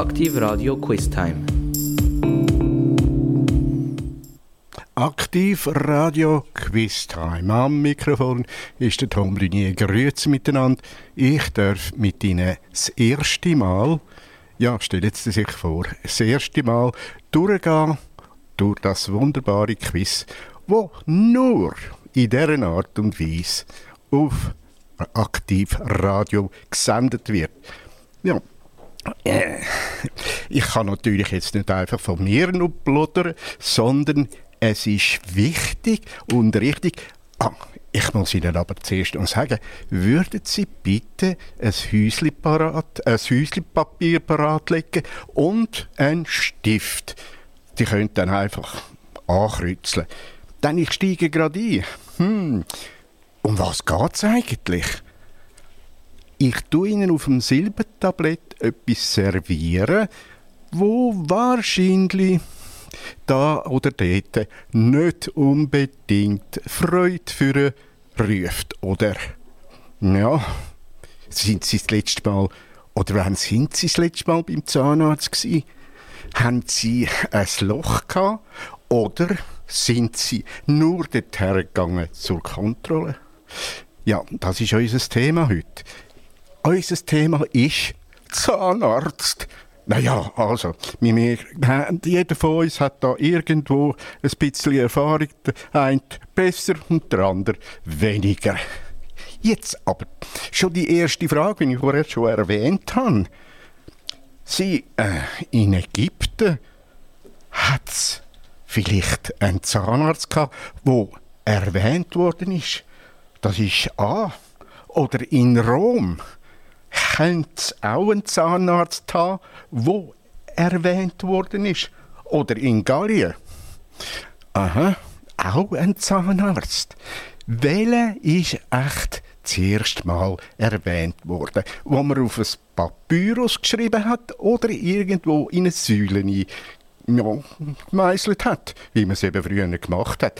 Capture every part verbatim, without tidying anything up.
Aktiv Radio Quiztime. Aktiv Radio Quiztime. Am Mikrofon ist der Tom Brunier. Grüezi miteinander. Ich darf mit Ihnen das erste Mal, ja, stellen Sie sich vor, das erste Mal durchgehen durch das wunderbare Quiz, wo nur in dieser Art und Weise auf Aktiv Radio gesendet wird. Ja, äh, ich kann natürlich jetzt nicht einfach von mir noch plaudern, sondern es ist wichtig und richtig. Ah, ich muss Ihnen aber zuerst noch sagen, würden Sie bitte ein Häuschen parat, ein Häuschen Papier parat legen und einen Stift. Die können dann einfach ankreuzeln. Dann ich steige gerade ein. Hm, um was geht es eigentlich? Ich tue Ihnen auf dem Silbertablett etwas servieren, wo wahrscheinlich da oder dort nicht unbedingt Freude für ruft. Oder, ja, sind Sie das letzte Mal, oder wann sind Sie das letzte Mal beim Zahnarzt gewesen? Haben Sie ein Loch gehabt? Oder sind Sie nur dorthin gegangen zur Kontrolle? Ja, das ist unser Thema heute. Unser Thema ist Zahnarzt. Naja, also, wir, jeder von uns hat da irgendwo ein bisschen Erfahrung. Der eine besser und der andere weniger. Jetzt aber schon die erste Frage, die ich vorher schon erwähnt habe. Sie, äh, in Ägypten hat es vielleicht einen Zahnarzt gehabt, der erwähnt worden ist. Das ist A. Oder in Rom könnte es auch einen Zahnarzt haben, der erwähnt worden ist. Oder in Gallien. Aha, auch ein Zahnarzt. Welcher ist echt zuerst mal erwähnt worden, wo man auf ein Papyrus geschrieben hat oder irgendwo in eine Säule ein, ja, gemeißelt hat, wie man es eben früher gemacht hat.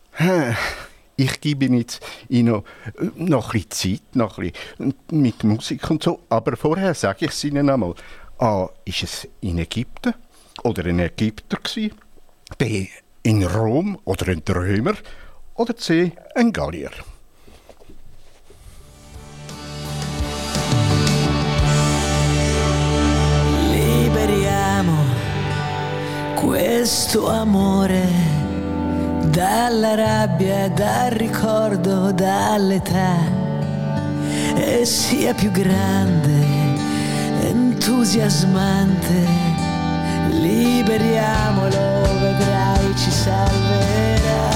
Ich gebe Ihnen jetzt noch, noch ein bisschen Zeit, noch ein bisschen mit Musik und so, aber vorher sage ich es Ihnen einmal. A, ist es in Ägypten oder ein Ägypter gewesen? B, in Rom oder ein Römer? Oder C, ein Gallier? Liberiamo questo amore dalla rabbia, dal ricordo, dall'età, e sia più grande, entusiasmante. Liberiamolo, vedrai ci salverà.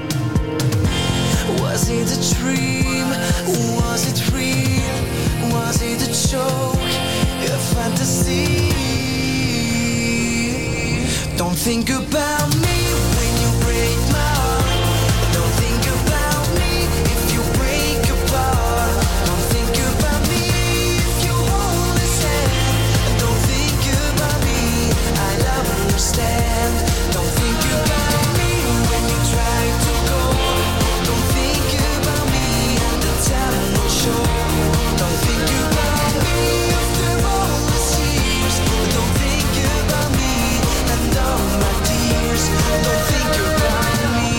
Was it a dream? Was it real? Was joke, a fantasy. Don't think about me when you break my heart. Don't think about me if you break apart. Don't think about me if you hold his hand. Don't think about me, I'll understand. Don't think about me when you try to go. Don't think about me and the time will show. Don't think about me after all these years. Don't think about me and all my tears. Don't think about me.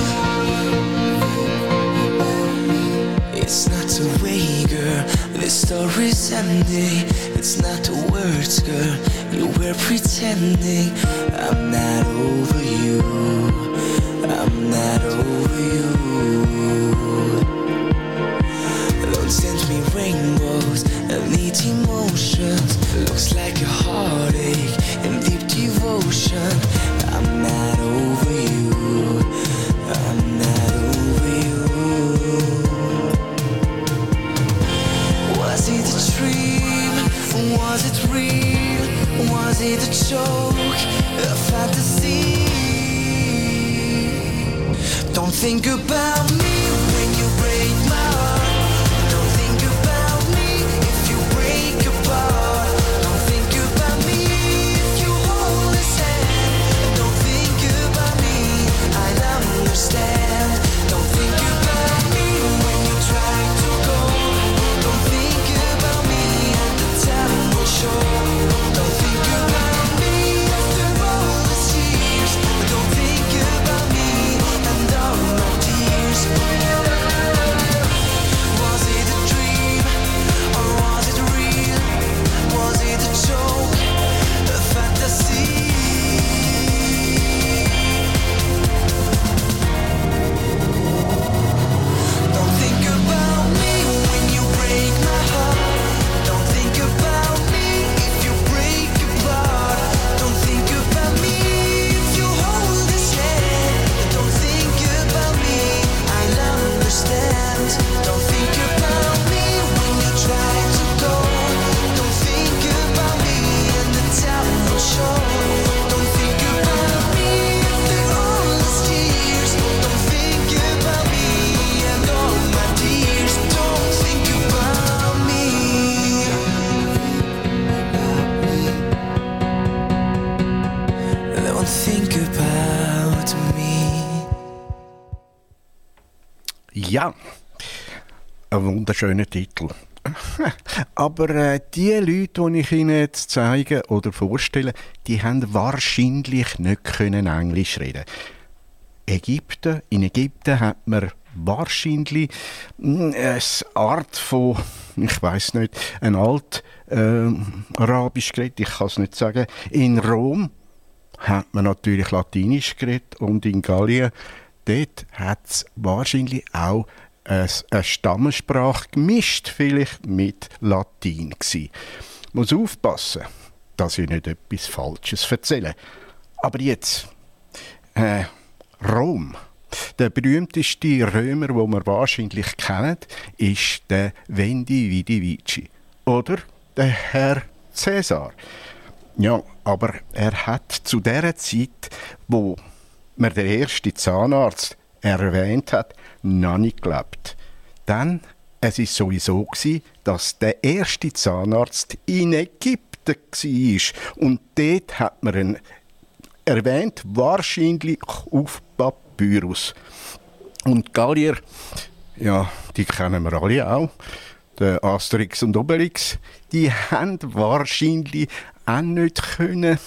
It's not the way, girl, this story's ending. It's not the words, girl, you were pretending. I'm not over you, I'm not over you. Don't send me rainbows and neat emotions. Looks like a heartache and deep devotion. I'm not over you, I'm not over you. Was it a dream? Was it real? Was it a joke? A fantasy? Don't think about me when you break my heart. Don't think about me if you break apart. Don't think about me if you hold his hand. Don't think about me, I'll understand. Don't think about me when you try to go. Don't think about me and the time will show. Don't think about me after all these years. Don't think about me and all my tears. Was it a dream or was it real? Was it a joke, a fantasy? Don't think about me when you break my heart. Don't think about me if you break apart. Don't think about me if you hold his hand. Don't think about me, I'll understand. Don't think about me when you try to go. Don't think about me and the time will show. Don't think about me after all these years. Don't think about me and all my tears. Don't think about me. Don't think about me. Ja, ein wunderschöner Titel. Aber äh, die Leute, die ich Ihnen jetzt zeige oder vorstelle, die haben wahrscheinlich nicht können Englisch reden. Ägypten, in Ägypten hat man wahrscheinlich mh, eine Art von, ich weiß nicht, ein alt äh, Arabisch geredet, ich kann es nicht sagen. In Rom hat man natürlich Latinisch geredet und in Gallien, dort hat es wahrscheinlich auch eine Stammessprache gemischt, vielleicht mit Latein gsi. Ich muss aufpassen, dass ich nicht etwas Falsches erzähle. Aber jetzt, äh, Rom. Der berühmteste Römer, den wir wahrscheinlich kennen, ist der Vendi Vidi Vici. Oder der Herr Cäsar. Ja, aber er hat zu der Zeit, wo man den ersten Zahnarzt erwähnt hat, noch nicht gelebt. Denn es war sowieso gewesen, dass der erste Zahnarzt in Ägypten war. Und dort hat man ihn erwähnt, wahrscheinlich auf Papyrus. Und Gallier, ja, die kennen wir alle auch, der Asterix und Obelix, die haben wahrscheinlich auch nicht können.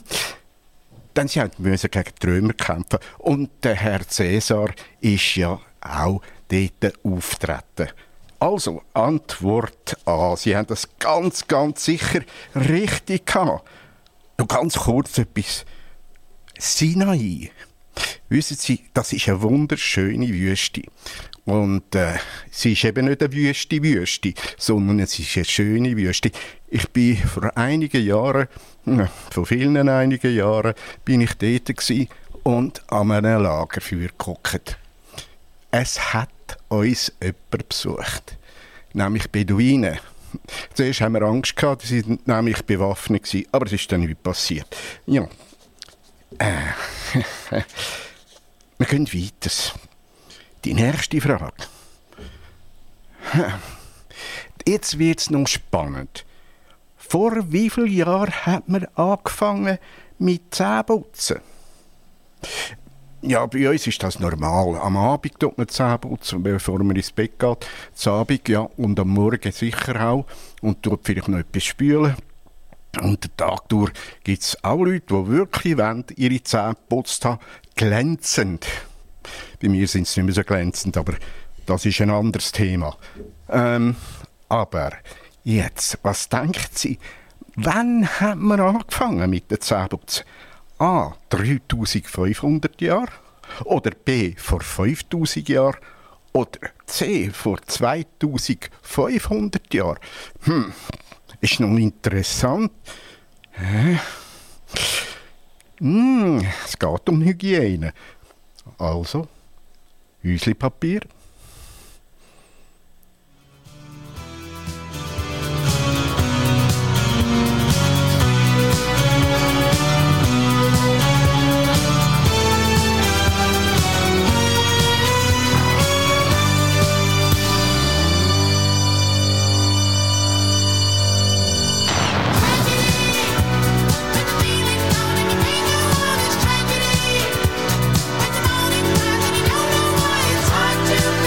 Denn sie mussten gegen die Römer kämpfen. Und der Herr Cäsar ist ja auch dort auftreten. Also, Antwort A. Sie haben das ganz, ganz sicher richtig gehabt. Noch ganz kurz etwas. Sinai. Wissen Sie, das ist eine wunderschöne Wüste. Und äh, sie ist eben nicht eine Wüste Wüste, sondern es ist eine schöne Wüste. Ich bin vor einigen Jahren, vor vielen einigen Jahren, bin ich dort gewesen und an einem Lagerfeuer geguckt. Es hat uns jemand besucht, nämlich Beduinen. Zuerst haben wir Angst gehabt, sie waren nämlich bewaffnet gewesen, aber es ist dann nichts passiert. Ja. Äh. Wir gehen weiter. Die nächste Frage. Jetzt wird es noch spannend. Vor wie vielen Jahren hat man angefangen mit Zähneputzen? Ja, bei uns ist das normal. Am Abend tut man die Zähne putzen, bevor man ins Bett geht. Am Abend, ja, und am Morgen sicher auch. Und tut vielleicht noch etwas spülen. Und den Tag durch gibt es auch Leute, die wirklich wollen, ihre Zähne geputzt haben, glänzend. Bei mir sind sie nicht mehr so glänzend, aber das ist ein anderes Thema. Ähm, aber jetzt, was denkt sie? Wann hat man angefangen mit den Zähneputzen? A. dreitausendfünfhundert Jahre? Oder B. vor fünftausend Jahren? Oder C. vor zweitausendfünfhundert Jahren? Hm, ist noch interessant. Hä? Hm, es geht um Hygiene. Also, Häuslipapier. Tragedy, when the morning comes and you don't know why it's hard to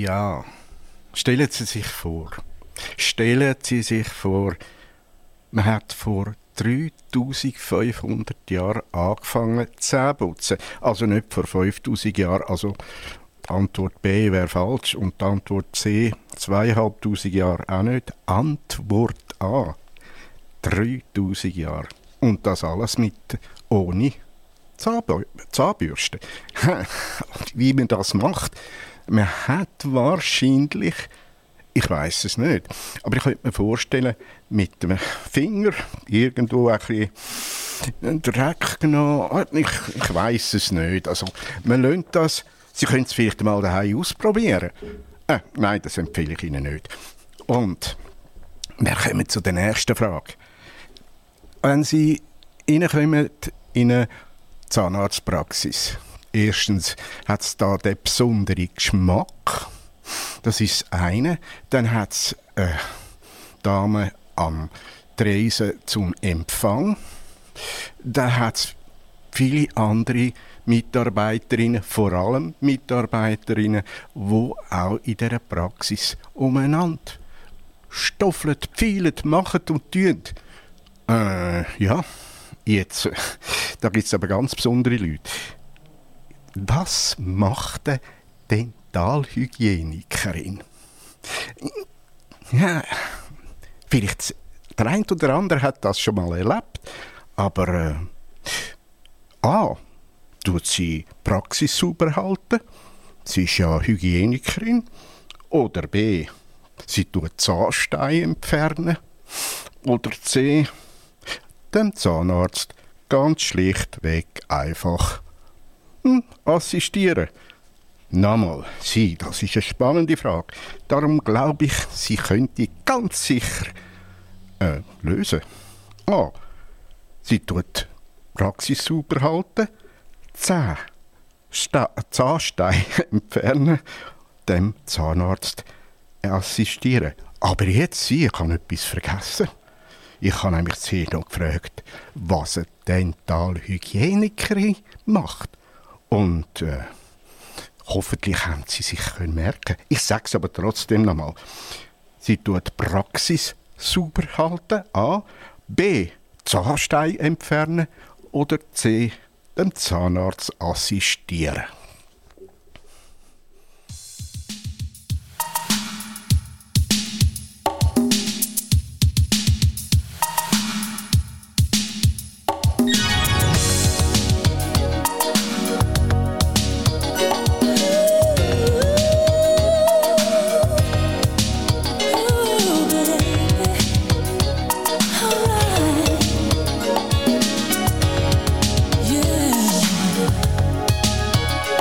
Ja, stellen Sie sich vor, stellen Sie sich vor, man hat vor dreitausendfünfhundert Jahren angefangen Zähne zu putzen. Also nicht vor fünftausend Jahren, also die Antwort B wäre falsch und die Antwort C zweitausendfünfhundert Jahre auch nicht. Antwort A, dreitausend Jahre. Und das alles mit ohne Zahnbü- Zahnbürste. Wie man das macht, man hat wahrscheinlich, ich weiß es nicht, aber ich könnte mir vorstellen, mit dem Finger irgendwo ein bisschen Dreck genommen. Ich, ich weiß es nicht. Also, man lernt das. Sie können es vielleicht mal daheim ausprobieren. Äh, nein, das empfehle ich Ihnen nicht. Und wir kommen zu der nächsten Frage. Wenn Sie reinkommen in eine Zahnarztpraxis, erstens hat es da den besonderen Geschmack. Das ist das eine. Dann hat es eine Dame am Tresen zum Empfang. Dann hat es viele andere Mitarbeiterinnen, vor allem Mitarbeiterinnen, die auch in dieser Praxis umeinander stoffeln, pfeilen, machen und tun. Äh, ja, jetzt, da gibt es aber ganz besondere Leute. Was macht eine Dentalhygienikerin? Ja, vielleicht der eine oder andere hat das schon mal erlebt, aber äh, A, tut sie die Praxis sauber halten, sie ist ja Hygienikerin, oder B, sie tut Zahnsteine entfernen, oder C, dem Zahnarzt ganz schlichtweg einfach hm, assistieren. Nochmal, Sie, das ist eine spannende Frage. Darum glaube ich, Sie könnte ganz sicher äh, lösen. A, sie tut die Praxis sauber halten, Zähne, Sta- Zahnsteine entfernen, dem Zahnarzt assistieren. Aber jetzt, Sie, ich habe etwas vergessen. Ich habe nämlich Sie noch gefragt, was eine Dentalhygienikerin macht. Und äh, hoffentlich haben Sie sich können merken. Ich sage es aber trotzdem nochmal. Sie tut die Praxis sauber halten, A. B. Zahnsteine entfernen. Oder C. Dem Zahnarzt assistieren. Yeah.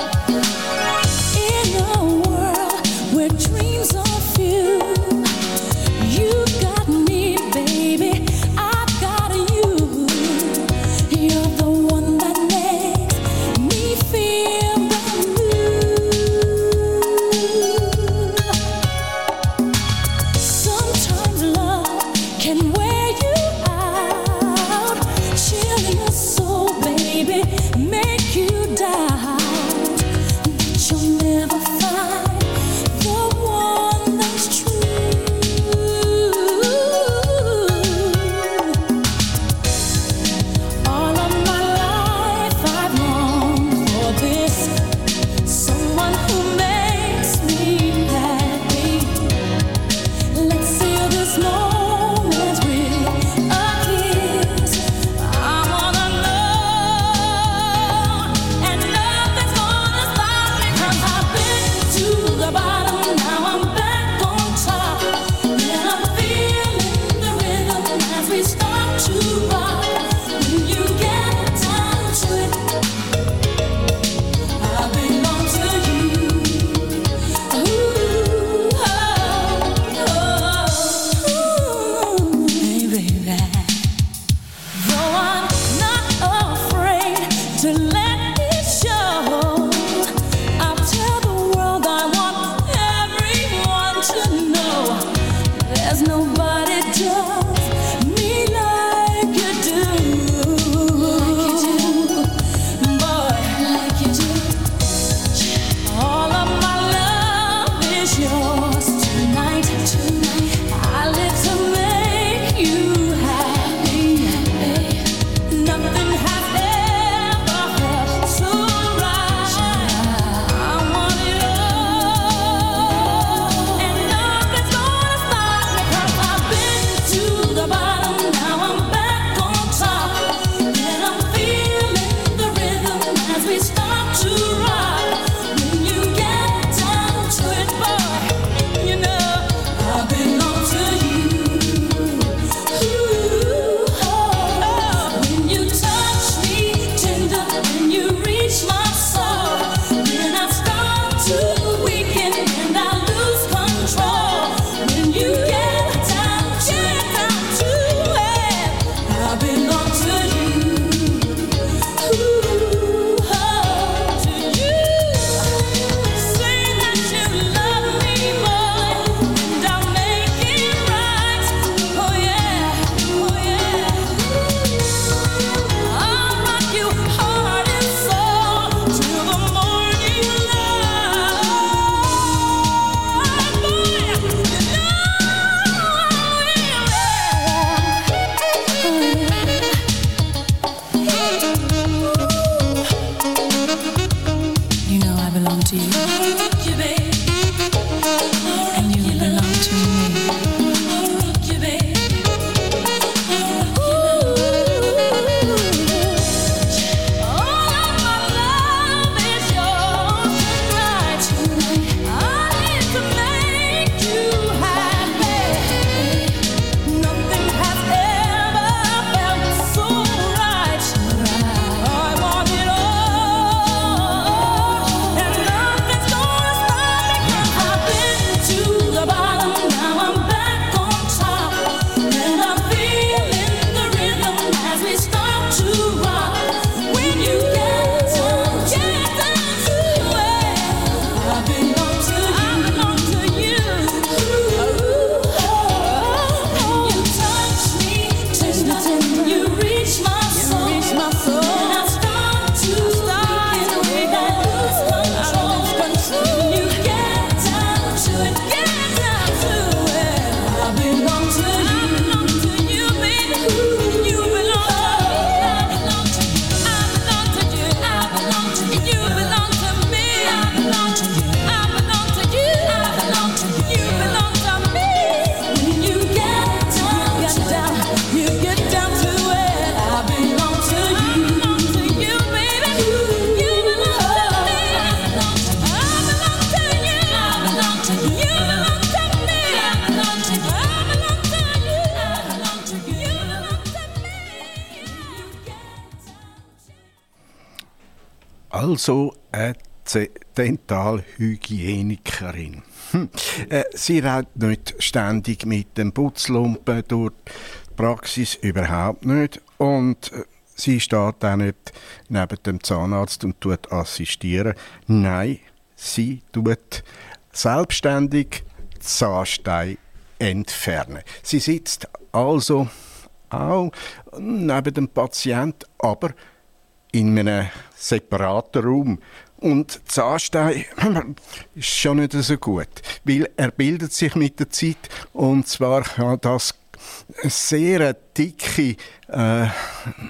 Also eine Z- Dentalhygienikerin. Hm. Äh, sie rennt nicht ständig mit dem Putzlumpen durch die Praxis, überhaupt nicht. Und äh, sie steht auch nicht neben dem Zahnarzt und tut assistieren. Nein, sie tut selbstständig Zahnsteine entfernen. Sie sitzt also auch neben dem Patienten, aber in einem separaten Raum. Und Zahnstein ist schon nicht so gut, weil er bildet sich mit der Zeit, und zwar kann das eine sehr dicke äh, äh,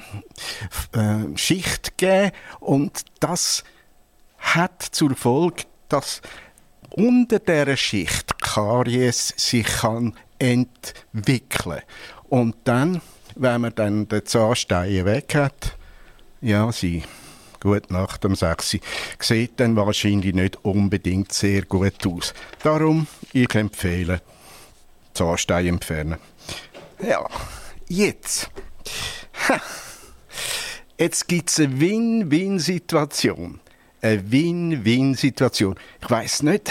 Schicht geben, und das hat zur Folge, dass unter dieser Schicht Karies sich kann entwickeln. Und dann, wenn man dann den Zahnstein weg hat, ja, sie gut Nacht um sechs Uhr, sieht dann wahrscheinlich nicht unbedingt sehr gut aus. Darum, ich empfehle, Zahnstein entfernen. Ja, jetzt. Ha. Jetzt gibt es eine Win-Win-Situation. Eine Win-Win-Situation. Ich weiss nicht,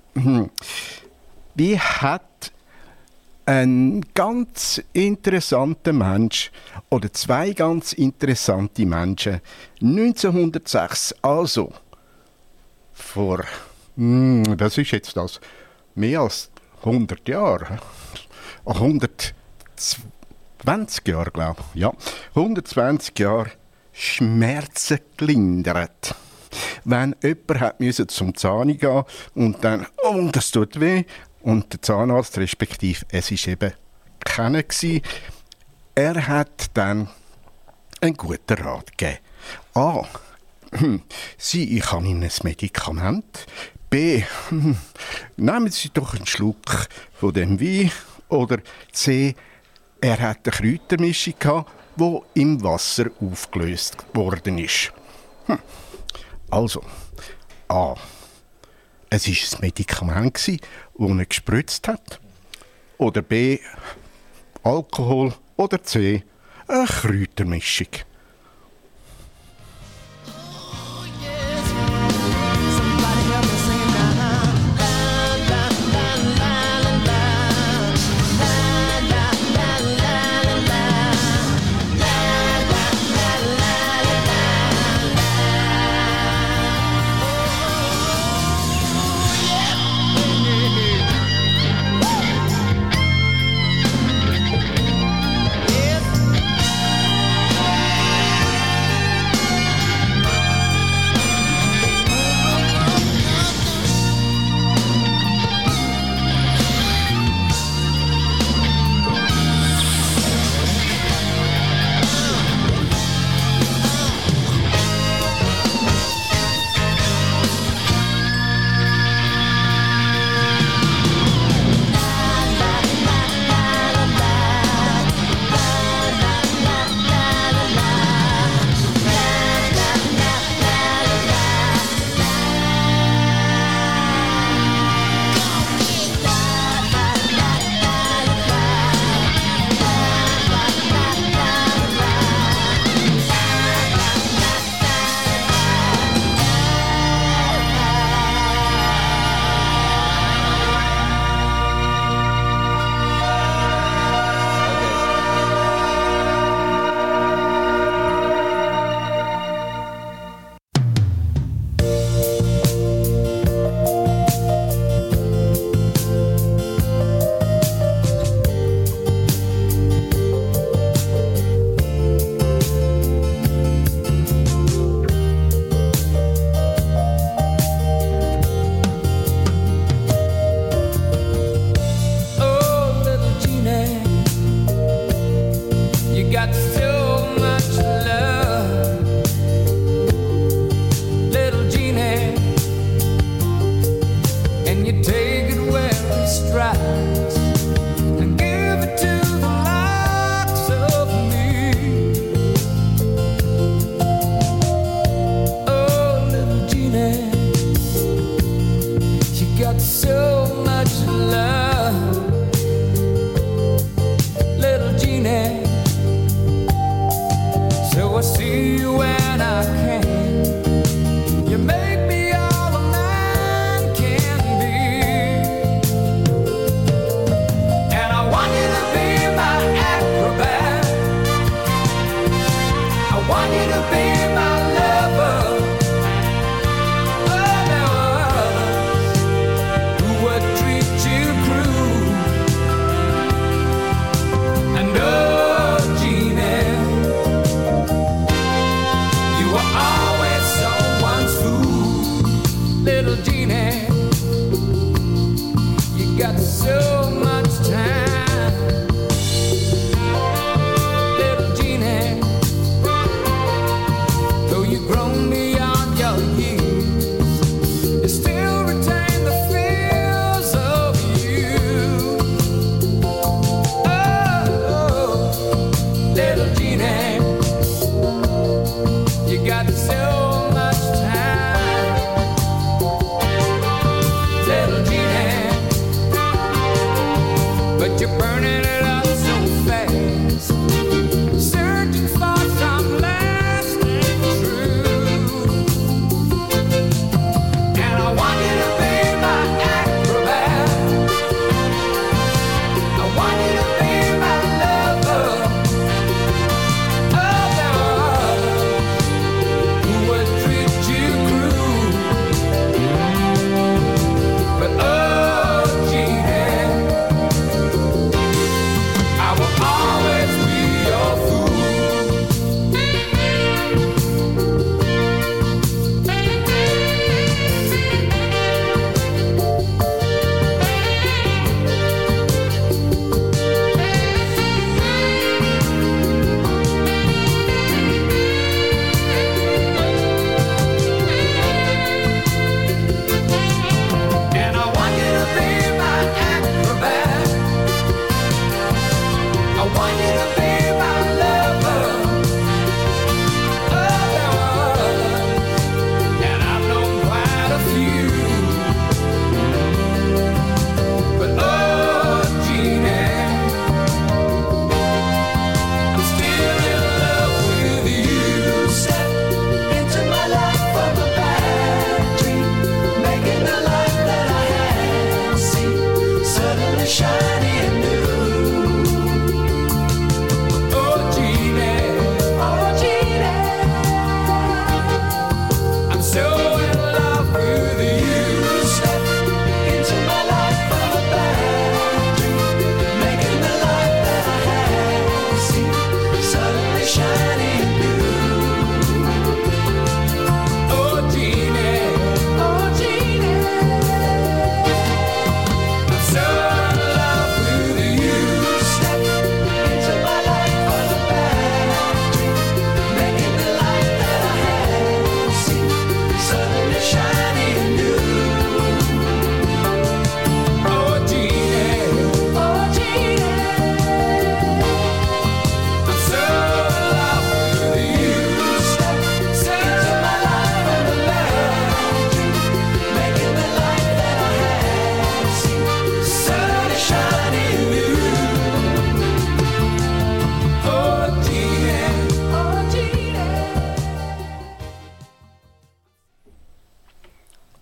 wie hat ein ganz interessanter Mensch oder zwei ganz interessante Menschen neunzehnhundertsechs, also vor, hm, das ist jetzt das, mehr als hundert Jahre, hundertzwanzig Jahre, glaube ich, ja, hundertzwanzig Jahre Schmerzen gelindert. Wenn jemand hat müssen zum Zahn gehen und dann, oh, das tut weh, und der Zahnarzt, respektive es war eben keiner gewesen, er hat dann einen guten Rat gegeben. A. Hm, Sie, ich habe Ihnen ein Medikament. B. Hm, nehmen Sie doch einen Schluck von dem Wein. Oder C. Er hat eine Kräutermischung gehabt, die im Wasser aufgelöst worden ist. Hm. Also, A. Es war ein Medikament, das er gespritzt hat. Oder B. Alkohol. Oder C. Eine Kräutermischung. Yes.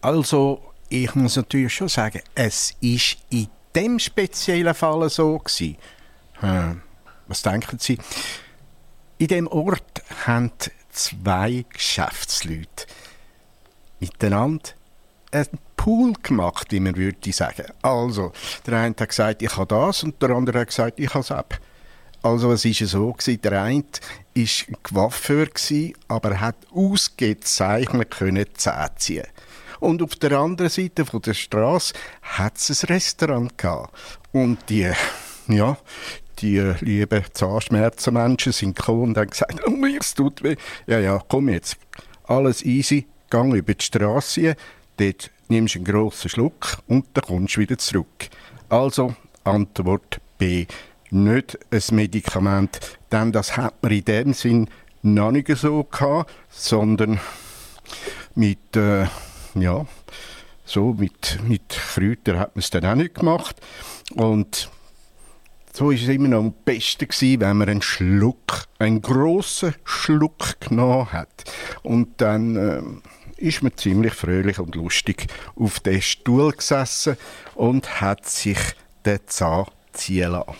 Also, ich muss natürlich schon sagen, es ist in dem speziellen Fall so gewesen. Hm, was denken Sie? In dem Ort haben zwei Geschäftsleute miteinander einen Pool gemacht, wie man würde sagen. Also, der eine hat gesagt, ich habe das, und der andere hat gesagt, ich habe es ab. Also, es war so gewesen, der eine war Coiffeur, aber er hat ausgezeichnet können Zähne ziehen. Und auf der anderen Seite von der Straße hat es ein Restaurant gehabt. Und die, ja, die lieben Zahnschmerzenmenschen sind gekommen und haben gesagt, oh, mir es tut weh. Ja, ja, komm jetzt, alles easy, gang über die Straße, dort nimmst du einen grossen Schluck und dann kommst du wieder zurück. Also, Antwort B, nicht ein Medikament, denn das hat man in dem Sinn noch nicht so gehabt, sondern mit, äh, ja, so mit, mit Kräutern hat man es dann auch nicht gemacht. Und so war es immer noch am besten gewesen, wenn man einen Schluck, einen grossen Schluck genommen hat. Und dann äh, ist man ziemlich fröhlich und lustig auf den Stuhl gesessen und hat sich den Zahn ziehen lassen.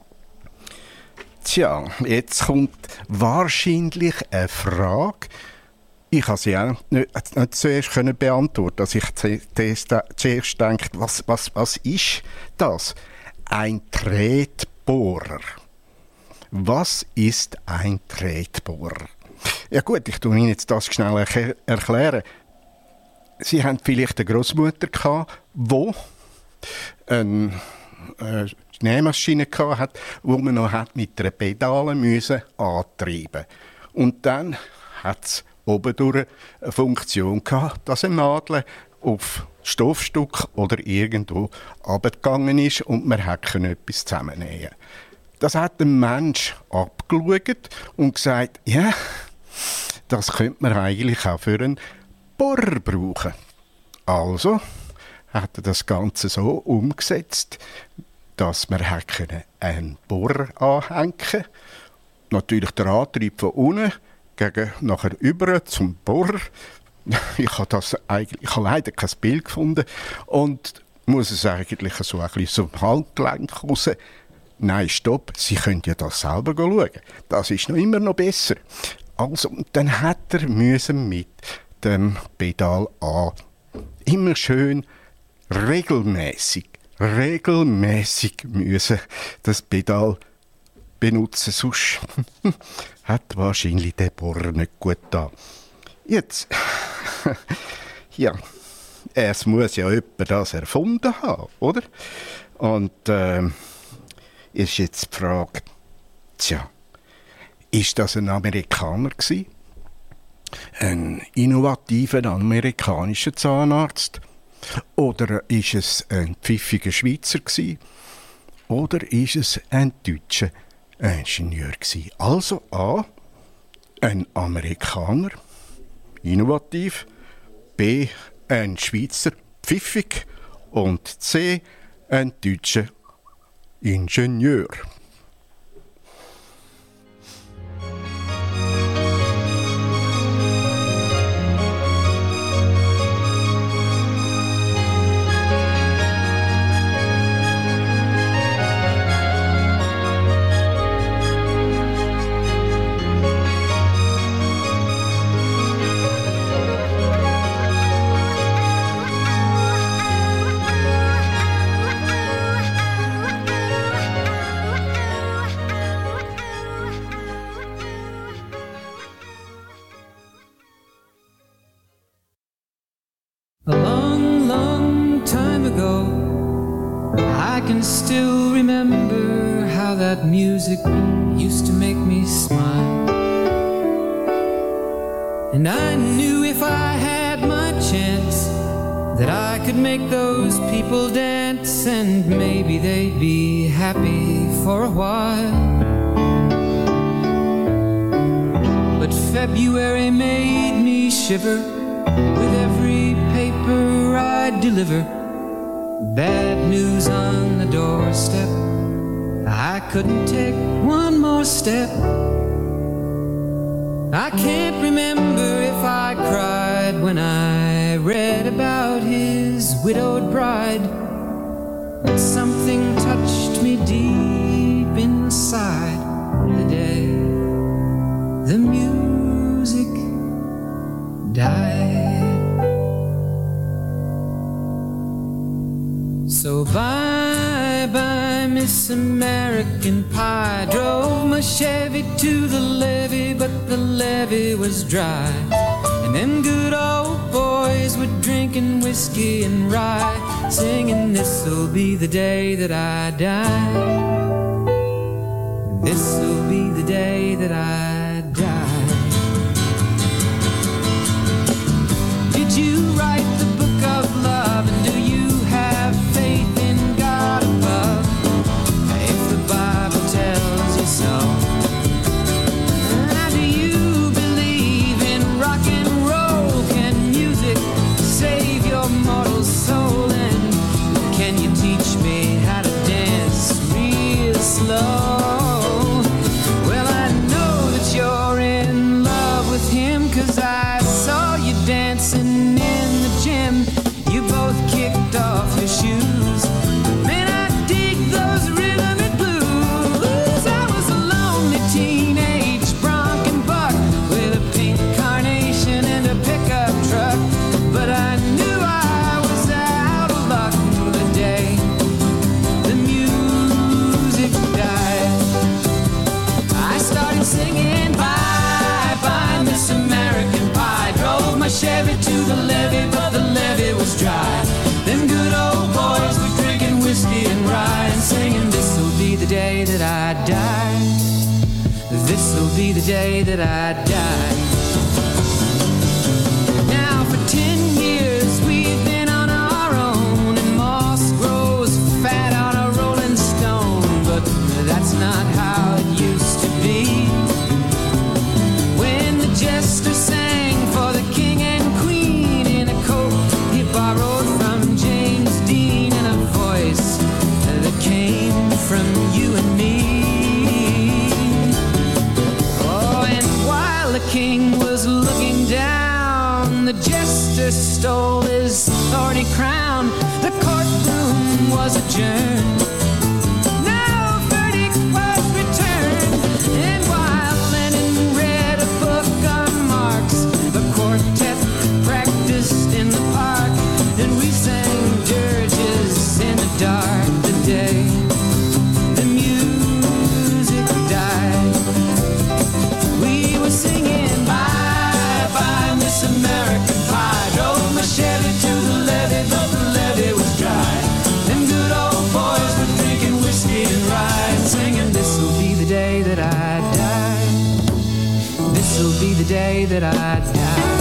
Tja, jetzt kommt wahrscheinlich eine Frage. Ich konnte sie auch nicht, nicht zuerst beantworten. Also ich zuerst denke, was, was, was ist das? Ein Tretbohrer. Was ist ein Tretbohrer? Ja gut, ich tue Ihnen jetzt das schnell erk- erklären. Sie haben vielleicht eine Großmutter gehabt, die eine äh, Nähmaschine hatte, die man noch hat mit einer Pedale müssen antreiben. Und dann hat es obendurch eine Funktion gehabt, dass eine Nadel auf Stoffstück oder irgendwo abgegangen ist und man konnte etwas zusammennähen. Das hat ein Mensch abgeschaut und gesagt, ja, das könnte man eigentlich auch für einen Bohrer brauchen. Also hat er das Ganze so umgesetzt, dass man einen Bohrer anhängen konnte. Natürlich der Antrieb von unten, gegen nachher über zum Bohrer. Ich habe, das eigentlich, ich habe leider kein Bild gefunden und muss es eigentlich so ein bisschen zum Handgelenk raus. Nein, stopp, Sie können ja das selber schauen. Das ist noch immer noch besser. Also, dann hat er müssen mit dem Pedal A immer schön regelmäßig, regelmäßig müssen das Pedal benutzen, sonst hat wahrscheinlich der Bohrer nicht gut da. Jetzt, ja, es muss ja jemand das erfunden haben, oder? Und äh, ist jetzt die Frage, tja, ist das ein Amerikaner gewesen? Ein innovativer amerikanischer Zahnarzt? Oder ist es ein pfiffiger Schweizer gewesen? Oder ist es ein deutscher Ingenieur gewesen? Also A, ein Amerikaner, innovativ, B, ein Schweizer, pfiffig und C, ein deutscher Ingenieur. A long, long time ago, I can still remember how that music used to make me smile. And I knew if I had my chance that I could make those people dance, and maybe they'd be happy for a while. But February made me shiver with every paper I deliver. Bad news on the doorstep, I couldn't take one more step. I can't remember if I cried when I read about widowed bride. But something touched me deep inside the day the music died. So bye bye Miss American Pie. Drove my Chevy to the levee, but the levee was dry. And them good old boys were drinking whiskey and rye, singing this'll be the day that I die. This'll be the day that I die. Did you write the book of love, and do you have faith in God above? If the Bible tells you so, how do you believe in rock and roll? Can music save your mortal soul? And can you teach me how to dance real slow? Well, I know that you're in love with him, 'cause I saw you dancing in the gym. You both kicked off your shoes. Man, I dig those rhythm and blues. I was a lonely teenage bronc and buck with a pink carnation and a pickup truck, but I knew I was out of luck the day the music died. I started singing bye bye Miss American Pie. Drove my Chevy to the levee, but the levee was dry. Them good old boys were drinking whiskey and rye, and singing this'll be the day that I die. This'll be the day that I die. Now for ten years we've been on our own, and moss grows fat on a rolling stone, but that's not how it used to be. When the jester sang for the king and queen in a coat he borrowed from James Dean, and a voice that came from you and me. Oh, and while the king was looking down, the jester stole his thorny crown. The courtroom was adjourned. No verdict was returned. And while Lennon read a book on Marx, the quartet practiced in the park, and we sang dirges in the dark the day the music died. We were singing bye bye Miss American Pie. Drove my Chevy to the levee, but the levee was dry. Them good old boys were drinking whiskey and rye, and singing this'll be the day that I die. This'll be the day that I die.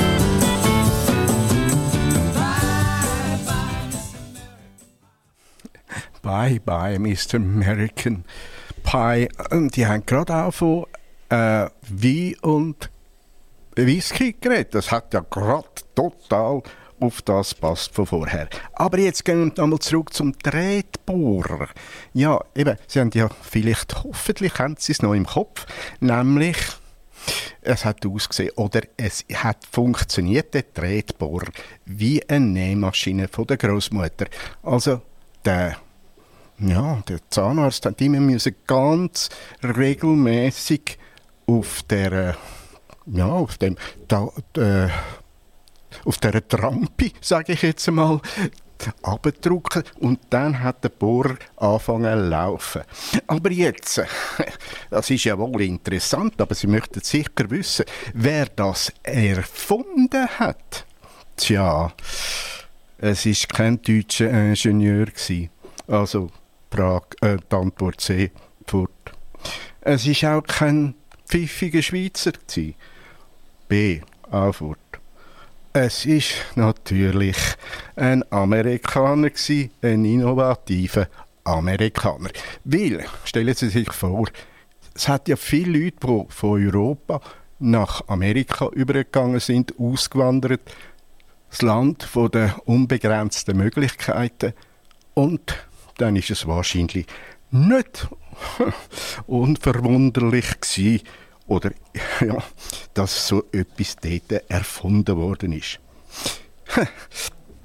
Bye bye Miss American. Bye bye Mister American Pie. Und die haben gerade auch von äh, Wein und Whisky geredet. Das hat ja gerade total auf das passt von vorher. Aber jetzt gehen wir nochmal zurück zum Tretbohrer. Ja, eben, Sie haben ja vielleicht, hoffentlich haben Sie es noch im Kopf, nämlich es hat ausgesehen, oder es hat funktioniert, der Tretbohrer, wie eine Nähmaschine von der Großmutter. Also der, ja, der Zahnarzt hat immer müssen ganz regelmäßig auf der, ja, auf dem, da, äh, auf dieser Trampe, sage ich jetzt einmal, abdrücken, und dann hat der Bohrer angefangen zu laufen. Aber jetzt, das ist ja wohl interessant, aber Sie möchten sicher wissen, wer das erfunden hat. Tja, es war kein deutscher Ingenieur gewesen. Also Prag, äh, die Antwort C, fort. Es war auch kein pfiffiger Schweizer gewesen. B, Antwort. Es war natürlich ein Amerikaner gewesen, ein innovativer Amerikaner. Weil, stellen Sie sich vor, es hat ja viele Leute, die von Europa nach Amerika übergegangen sind, ausgewandert, das Land von den unbegrenzten Möglichkeiten, und dann ist es wahrscheinlich nicht unverwunderlich gewesen, oder ja, dass so etwas dort erfunden worden ist.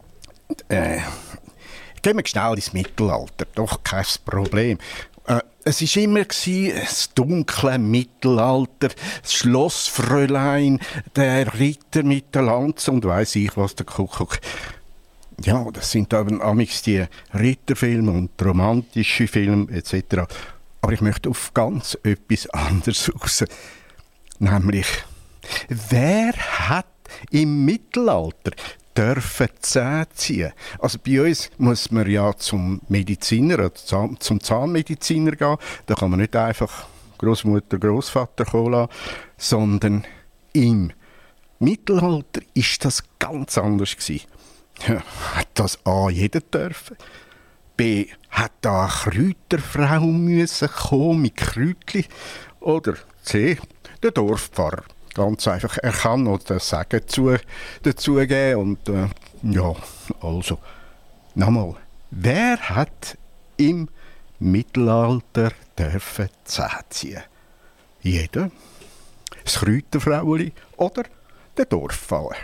Äh, gehen wir schnell ins Mittelalter, doch kein Problem. Äh, es war immer gewesen, das dunkle Mittelalter, das Schlossfräulein, der Ritter mit der Lanze und weiss ich was, der Kuckuck. Ja, das sind eben amigs die Ritterfilme und romantische Filme et cetera. Aber ich möchte auf ganz etwas anderes raus. Nämlich, wer hat im Mittelalter dürfen Zähne ziehen? Also bei uns muss man ja zum Mediziner oder zum Zahnmediziner gehen. Da kann man nicht einfach Großmutter, Großvater kommen lassen, sondern im Mittelalter ist das ganz anders gewesen. Ja, hat das A jeder dürfen? B, hat da eine Kräuterfrau müssen kommen mit Kräutli? Oder C, der Dorfpfarrer. Ganz einfach, er kann noch das Sagen dazu, dazugeben. Und äh, ja, also, nochmal, wer hat im Mittelalter dürfen Zähne ziehen? Jeder? Das Kräuterfrauli oder der Dorfpfarrer?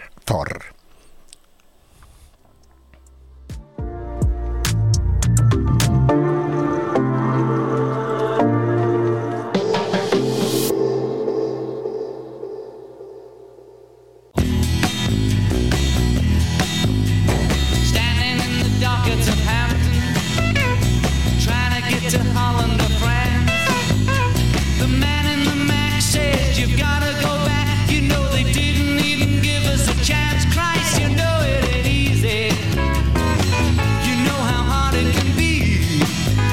To Holland or France, the man in the Mac said you've gotta go back. You know they didn't even give us a chance. Christ, you know it ain't easy. You know how hard it can be.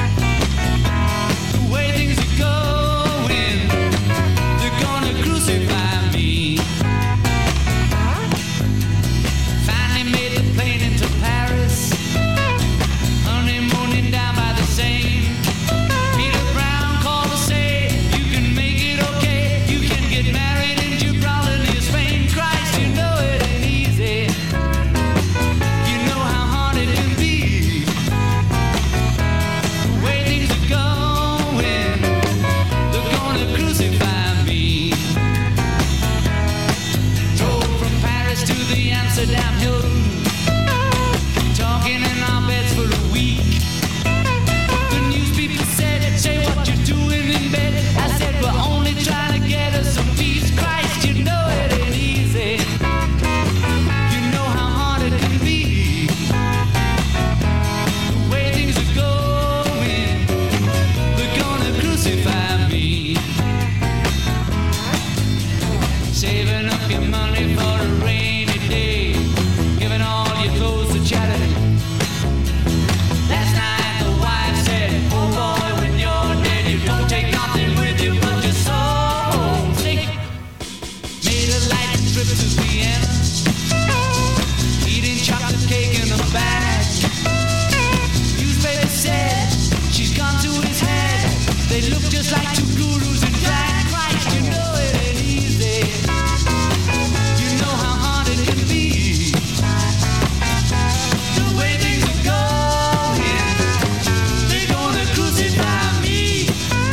The way things are going, they're gonna crucify me. Finally made the plane into Paris, honeymooning down by the Seine. Amsterdam Hilton, talking in our beds for a week. The news people said, say what you're doing in bed. I said, we're only trying to get us some peace. Christ, you know it ain't easy. You know how hard it can be. The way things are going, they're gonna crucify me. Saving up your money for a rainy day, giving all your clothes to charity. Last night the wife said, oh boy, when you're dead you don't take nothing with you but your soul. Sick. Made a light trip to Vienna, eating chocolate cake in a bag. Newspaper said she's gone to his head. They look just like two gurus in drag. Christ, you know it ain't easy. You know how hard it can be. The way things are going, they're gonna crucify me.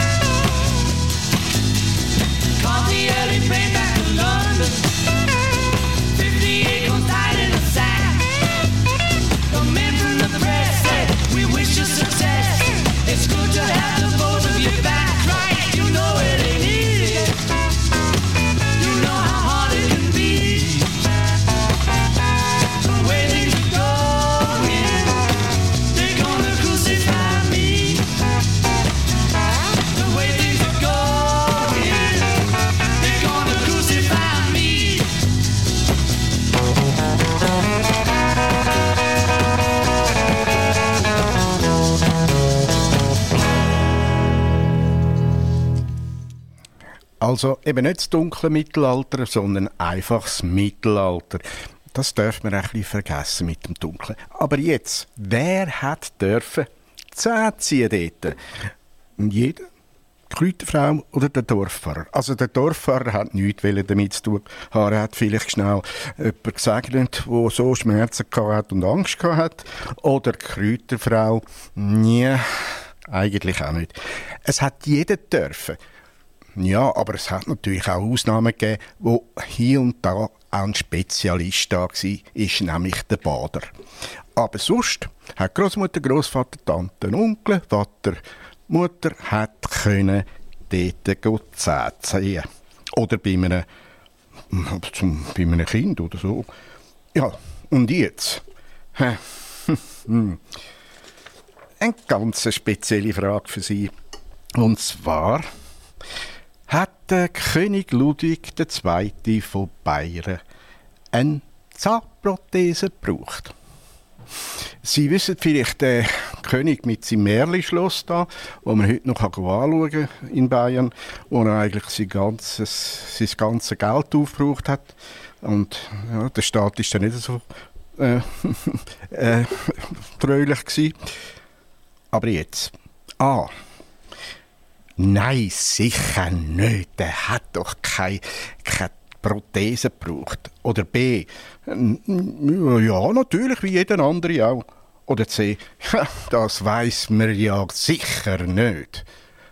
Caught the early plane back to London. fifty-eight guns died in a sack. The men from the press said, we wish you success. It's good to have the both of you back. Right, you know it ain't easy. You know how hard it can be. The way things are going, they're gonna crucify me. The way things are going, they're gonna crucify me. Also eben nicht das dunkle Mittelalter, sondern einfach das Mittelalter. Das darf man ein bisschen vergessen mit dem Dunklen. Aber jetzt, wer hat dürfen Zähne ziehen dort? Jeder? Die Kräuterfrau oder der Dorfpfarrer? Also der Dorfpfarrer hat nichts damit zu tun. Er hat vielleicht schnell jemanden gesegnet, der so Schmerzen hat und Angst hat. Oder die Kräuterfrau? Nee, eigentlich auch nicht. Es hat jeder dürfen. Ja, aber es hat natürlich auch Ausnahmen gegeben, wo hier und da auch ein Spezialist da war, ist nämlich der Bader. Aber sonst hat Großmutter, Großvater, Tante, Onkel, Vater, Mutter hat können dort Zähne ziehen. Oder bei einem, zum, bei einem Kind oder so. Ja, und jetzt? Eine ganz spezielle Frage für Sie. Und zwar hat der König Ludwig der Zweite von Bayern eine Zahnprothese gebraucht. Sie wissen vielleicht den König mit seinem Märli-Schloss da, wo man heute noch anschauen kann in Bayern, wo er eigentlich sein ganzes, sein ganzes Geld aufgebraucht hat. Und ja, der Staat war dann nicht so äh, äh, treulich gewesen. Aber jetzt. A. Nein, sicher nicht. Der hat doch keine, keine Prothese gebraucht. Oder B. Ja, natürlich, wie jeder andere auch. Oder C. Das weiss man ja sicher nicht.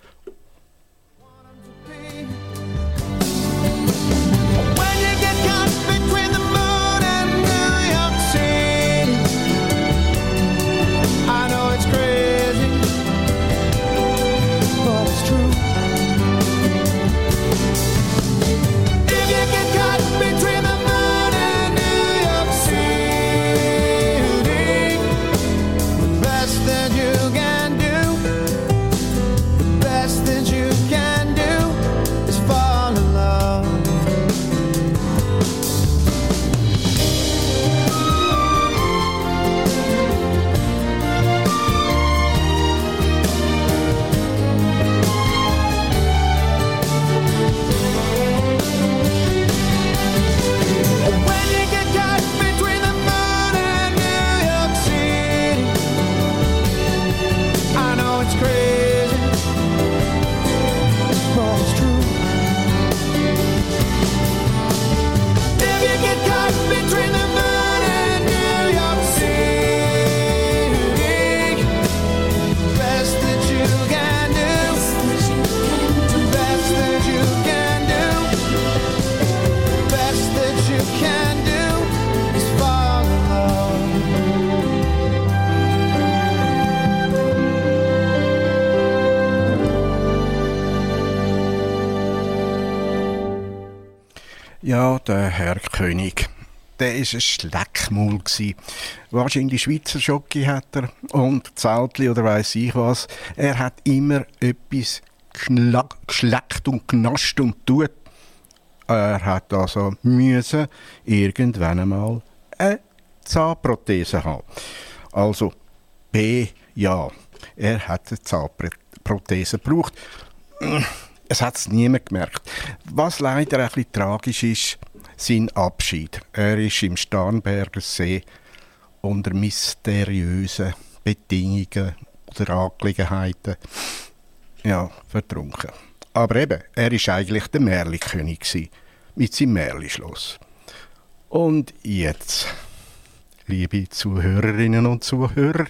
Ja, der Herr König, der war ein Schleckmaul. Wahrscheinlich Schweizer Schoki hat er und Zeltli oder weiss ich was. Er hat immer etwas geschleckt und genascht und tut. Er hat also müssen irgendwann einmal eine Zahnprothese haben. Also B, ja, er hat eine Zahnprothese gebraucht. Es hat es niemand gemerkt. Was leider ein bisschen tragisch ist, sein Abschied. Er ist im Starnberger See unter mysteriösen Bedingungen oder Angelegenheiten ja, vertrunken. Aber eben, er war eigentlich der Märli-König mit seinem Märli-Schloss. Und jetzt, liebe Zuhörerinnen und Zuhörer,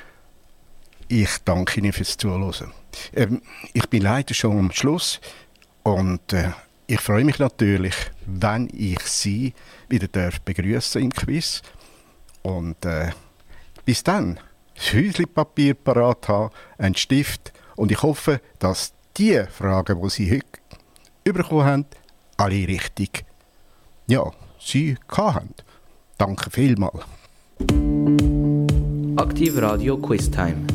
ich danke Ihnen fürs Zuhören. Ähm, ich bin leider schon am Schluss und äh, ich freue mich natürlich, wenn ich Sie wieder darf begrüßen im Quiz. Und äh, bis dann, das Häuschenpapier parat haben, einen Stift und ich hoffe, dass die Fragen, die Sie heute bekommen haben, alle richtig, ja, Sie hatten. Danke vielmals. Aktiv Radio Quiz Time.